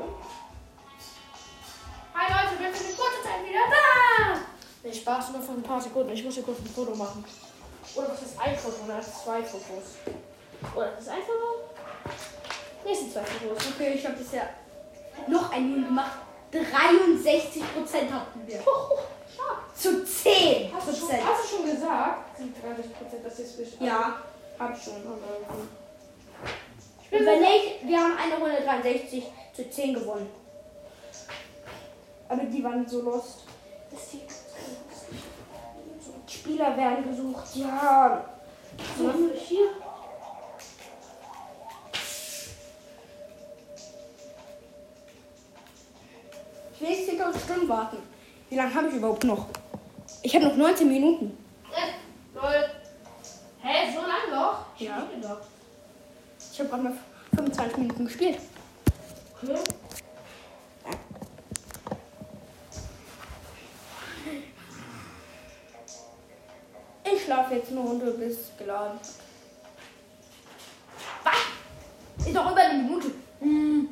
Hi Leute, wir sind in kurzer Zeit wieder da! Nee, Spaß, nur für ein paar Sekunden. Ich muss hier kurz ein Foto machen. Oder was ist ein Foto? Oder zwei Fotos? Oder das ist ein Foto? Nee, es sind zwei Fotos. Okay, ich habe bisher noch ein Minuten gemacht. dreiundsechzig Prozent hatten wir. Zu zehn Hast du, schon, Prozent. hast du schon gesagt? Sind dreißig Prozent, das ist bestimmt. Ja, hab ich schon. Ich bin Und wenn nicht, wir haben eine Runde dreiundsechzig zu zehn gewonnen. Aber die waren so lost. Ist die Spieler werden gesucht. Ja. so hier? Ich will zehntausend Stunden warten. Wie lange habe ich überhaupt noch? Ich habe noch neunzehn Minuten. Äh, lol. Hä, so lang noch? Ich Ja. spiele doch. Ich habe gerade mal fünfundzwanzig Minuten gespielt. Okay. Ich schlafe jetzt eine Runde, bis geladen hat. Was? Ist noch über eine Minute. Hm.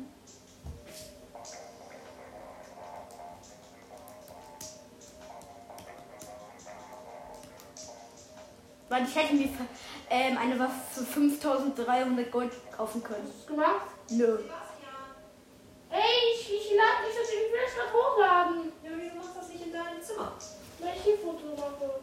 Weil ich hätte mir für, ähm, eine Waffe für fünftausenddreihundert Gold kaufen können. Hast du es gemacht? Nö. Ey, ich, ich, lad, ich, ich will das gerade hochladen. Ja, wieso machst du das nicht in deinem Zimmer? Weil ich hier Foto mache.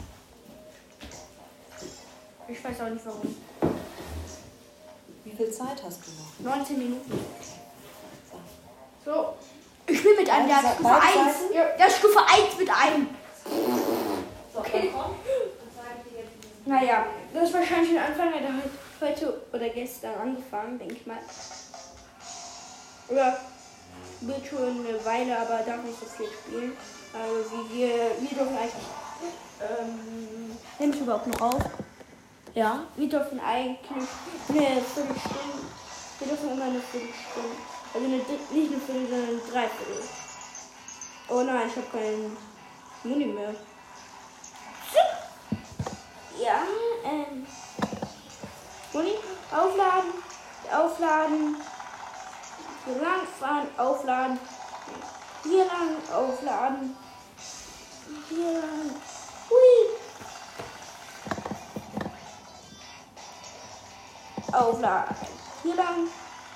Ich weiß auch nicht warum. Wie viel Zeit hast du noch? neunzehn Minuten. So. Ich spiele mit einem, der Beide hat Stufe Seiten? eins. Der hat Stufe eins mit einem. So, Okay. dann komm. Dann zeige ich dir jetzt diesen. Naja, das ist wahrscheinlich ein Anfänger, der hat heute oder gestern angefangen, denke ich mal. Oder wird schon eine Weile, aber darf nicht so viel spielen. Also wie wir, wir dürfen eigentlich, ähm, nehme ich überhaupt noch auf? Ja. Wir dürfen eigentlich eine Viertelstunde, wir dürfen immer eine Viertelstunde, also eine, nicht eine Viertel, sondern eine Dreiviertel. Oh nein, ich habe keinen Muni mehr. Ja, ähm. Muni, aufladen, aufladen, hier lang fahren, aufladen, hier lang, aufladen, hier lang, hui, aufladen, hier lang,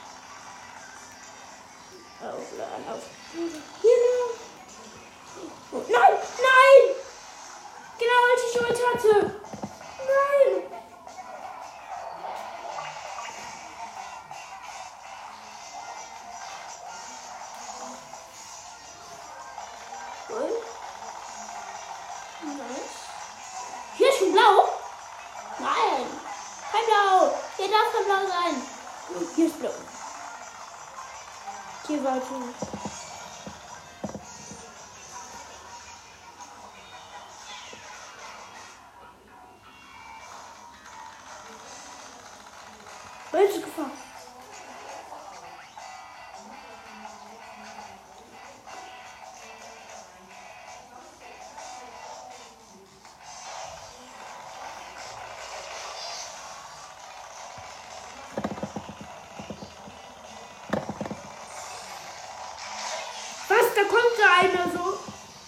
aufladen, auf, hier lang, oh, nein, nein, genau als ich Schuld hatte. Nein! Und? Nein. Hier ist schon blau? Nein! Kein Blau! Hier darf kein Blau sein! Hier ist blau. Hier war es. Welche Gefahr? Was? Da kommt da einer so.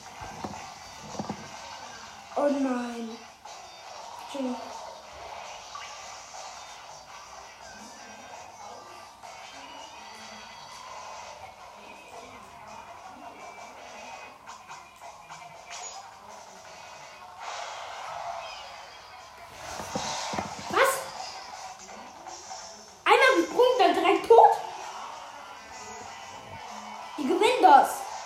Oh nein. Schön. Die gewinnen das.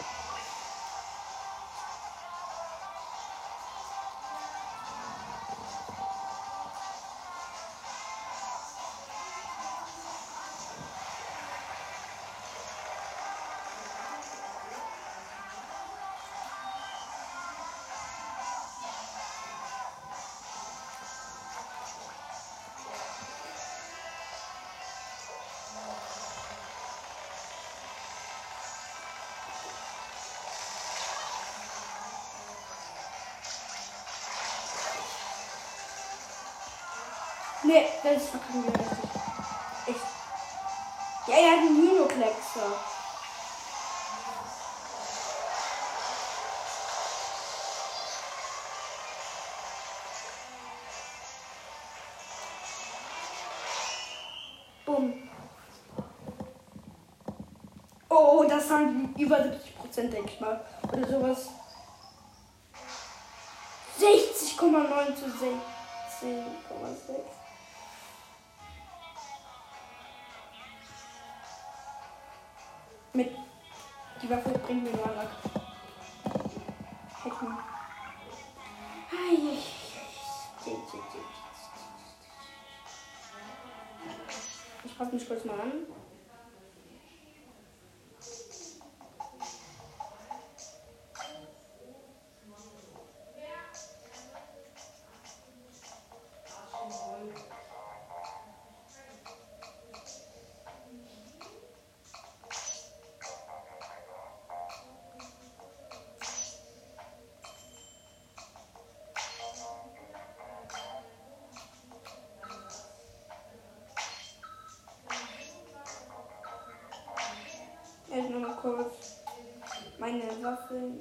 Nee, das verkacken wir richtig. Echt. Ja, er hat einen Hühnerkleckser. das waren über siebzig Prozent, denke ich mal. Oder sowas. sechzig Komma neun zu sechzehn Komma sechs. Mit die Waffe bringt mir nur Lack. Hecken. Ich passe mich kurz mal an. Jetzt nur noch kurz meine Waffeln.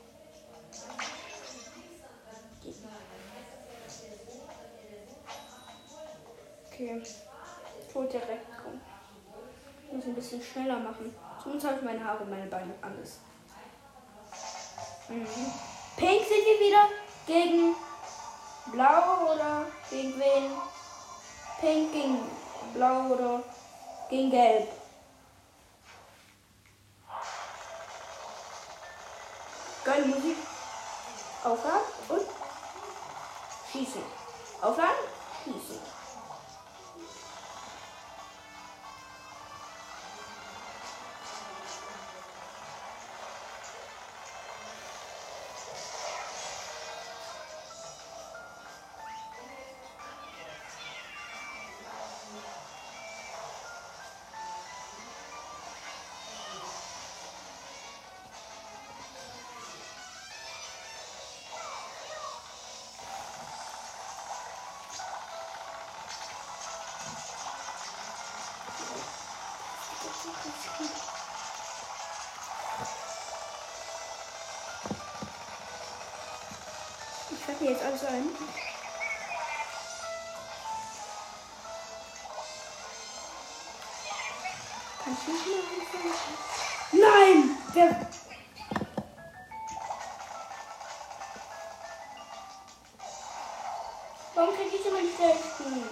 Okay. Ich wollte direkt kommen. Ich muss ein bisschen schneller machen. Zumindest habe ich meine Haare und meine Beine alles. Mhm. Pink sind wir wieder gegen Blau oder gegen wen? Pink gegen Blau oder gegen Gelb? Geile Musik. Aufladen und schießen. Aufladen, schießen. Ich packe jetzt alles ein. Kann ich nicht mehr anfangen? Nein! Der Warum krieg ich immer die schlechten?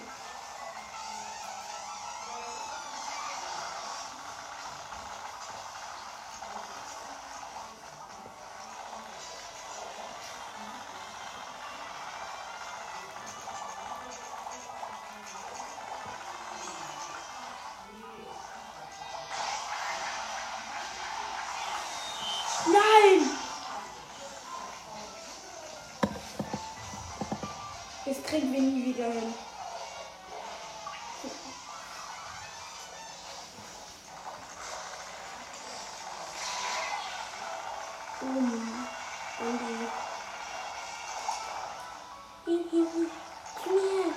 Nein! Das kriegen wir nie wieder hin. Um. Und Hier, hier, hier. Komm her.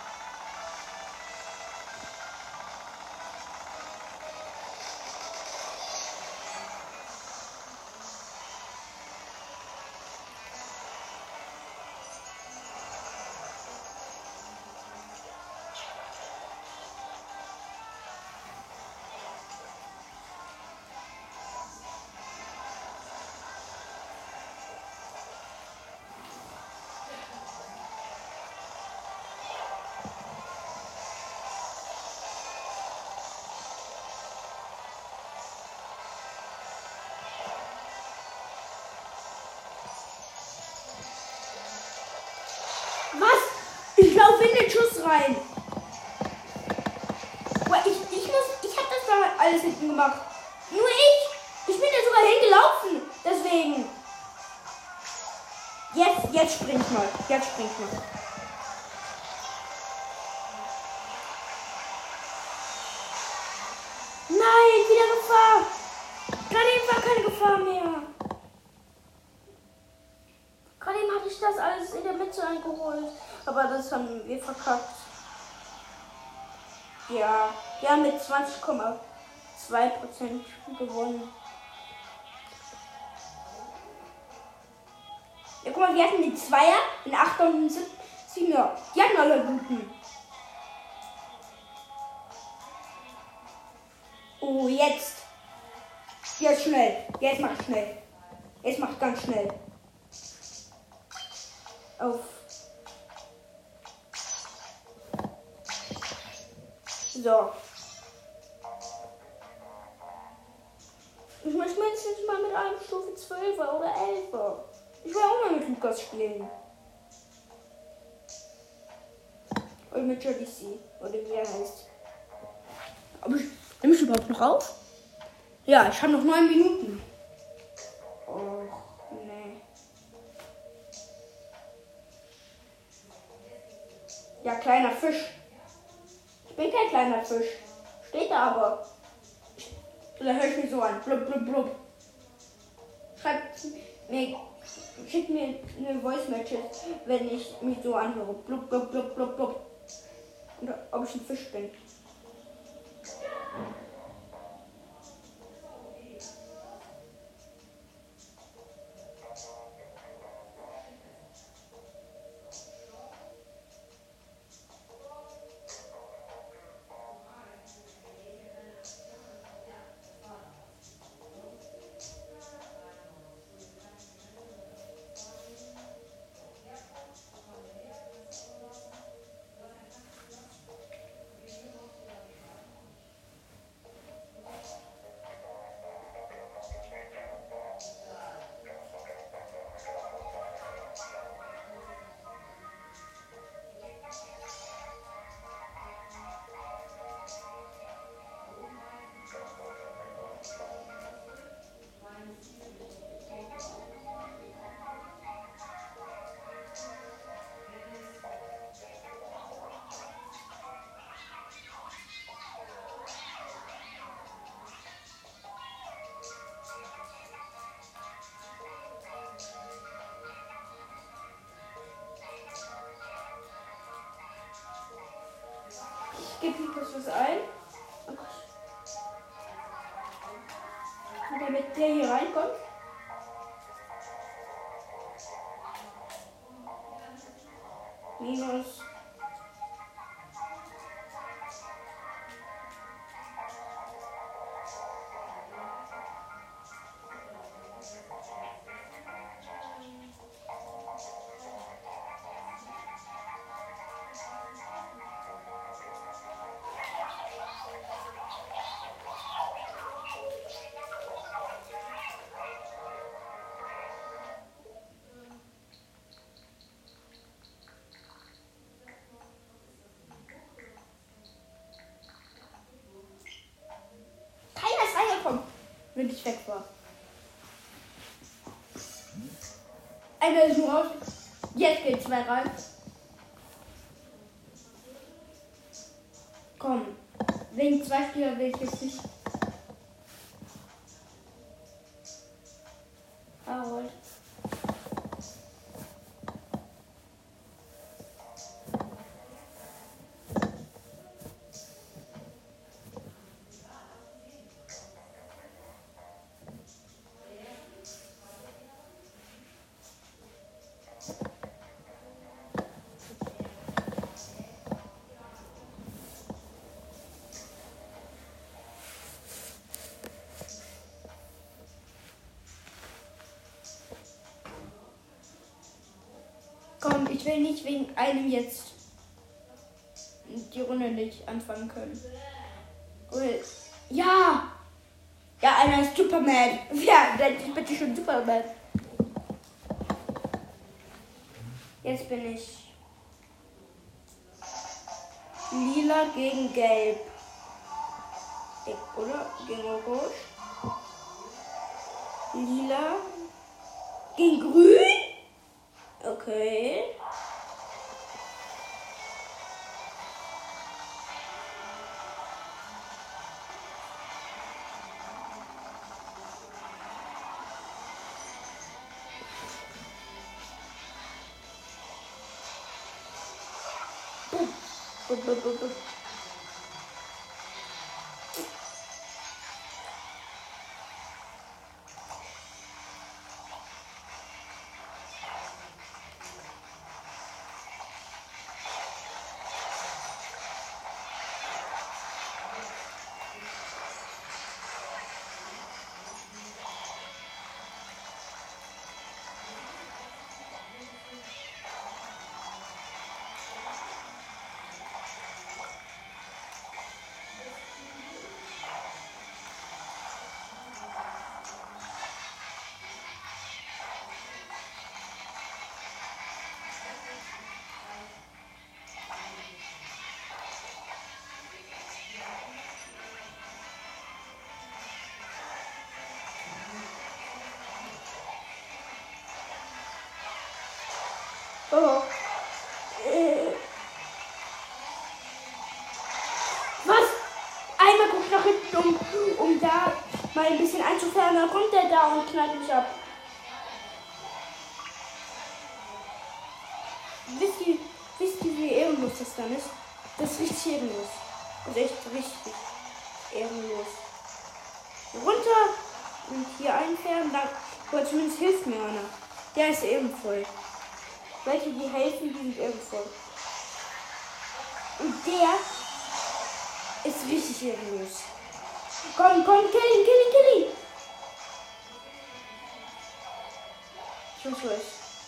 Ich laufe in den Schuss rein. Ich, ich muss, ich habe das da alles hinten gemacht. Nur ich. Ich bin ja sogar hingelaufen. Deswegen. Jetzt, jetzt spring ich mal. Jetzt spring ich mal. Nein, wieder Gefahr. Gerade eben war keine Gefahr mehr. Gerade eben hatte ich das alles in der Mitte eingeholt. Aber das haben wir verkackt. Ja, wir haben mit zwanzig Komma zwei Prozent gewonnen. Ja, guck mal, wir hatten den Zweier, den Achter und den Siebener. Die hatten alle guten. Oh, jetzt. Jetzt schnell. Jetzt macht schnell. Jetzt macht ganz schnell. Auf. So. Ich möchte mindestens mal mit einem Stufe zwölfer oder elfer. Ich will auch mal mit Lukas spielen. Oder mit J D C. Oder wie er heißt. Aber ich, nimm ich überhaupt noch auf? Ja, ich habe noch neun Minuten. Oh, nee. Ja, kleiner Fisch. Ich bin kein kleiner Fisch. Steht da aber. Oder höre ich mich so an? Blub, blub, blub. Schreibt mir, schickt mir eine Voice Message, wenn ich mich so anhöre. Blub, blub, blub, blub, blub. Oder ob ich ein Fisch bin. Gib ihm kurz was ein. Damit der hier reinkommt. Minus. Wenn ich weg war. Einer ist nur raus. Jetzt geht zwei rein. Komm. Wegen zwei Spieler will ich jetzt nicht. Harold. Komm, ich will nicht wegen einem jetzt die Runde nicht anfangen können. Cool. Ja! Ja, einer ist Superman. Ja, dann ist bitte schon Superman. Jetzt bin ich lila gegen gelb. Oder? Gegen orange. Lila gegen grün. Okay. Bup, bup, bup, bup. und dann kommt der da und knallt mich ab. Wisst ihr, wisst ihr, wie ehrenlos das dann ist? Das ist richtig ehrenlos. Das ist echt richtig ehrenlos. Runter und hier einfärben, dann, aber zumindest hilft mir einer. Der ist ehrenvoll. Welche, die helfen, die sind ehrenvoll. Und der ist richtig ehrenlos. Komm, komm, kill ihn, kill ihn, kill ihn. Ich muss los.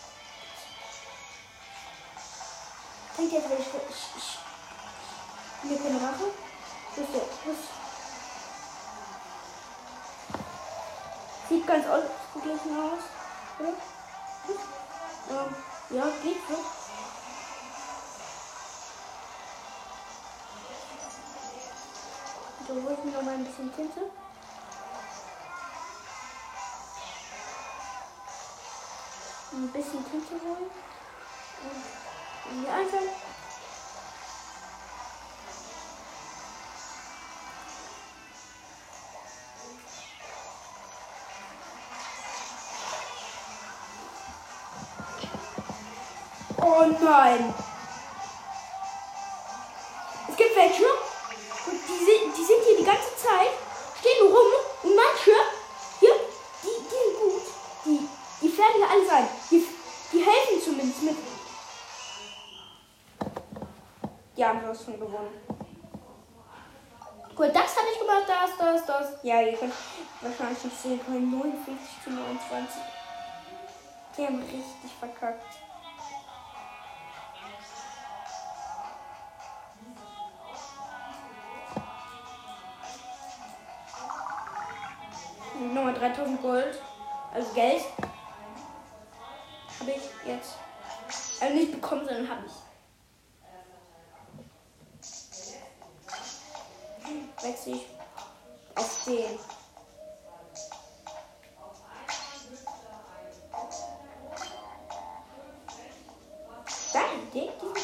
Denkt jetzt, wenn ich... ich, ich mir keine Rache? Wo ist der? Wo ist... Sieht ganz ausgeglichen aus, oder? Ähm, ja, geht so. So, hol ich mir noch mal ein bisschen Tinte. Ein bisschen Tinte holen. Und hier einfach. Oh nein! Es gibt welche, und die sind, die sind hier die ganze Zeit, stehen rum und manche, hier, die, die sind gut, die, die färben hier alles ein. Die, die helfen zumindest mit. Die haben was von gewonnen. Gut, das habe ich gemacht, das, das, das. Ja, ihr könnt wahrscheinlich nicht sehen, neunundfünfzig zu neunundzwanzig. Die haben richtig verkackt. Nochmal dreitausend Gold, also Geld, habe ich jetzt, also nicht bekommen, sondern habe ich. Wechsle ich auf den. Nein, den, den.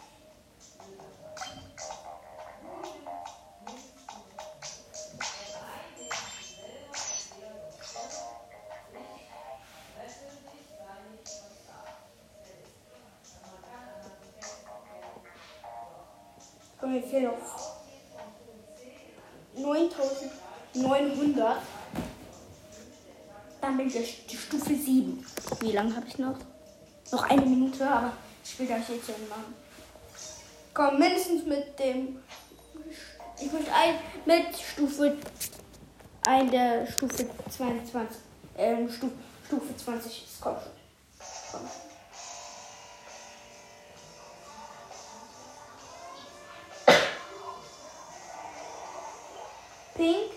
Komm, mir fehlen noch neuntausendneunhundert. Dann bin ich die Stufe sieben. Wie lange habe ich noch? Noch eine Minute, aber ich will das jetzt schon machen. Komm, mindestens mit dem. Ich muss ein mit Stufe. Ein der Stufe zweiundzwanzig. Ähm, Stufe, Stufe zwanzig. Komm schon. Komm. Pink.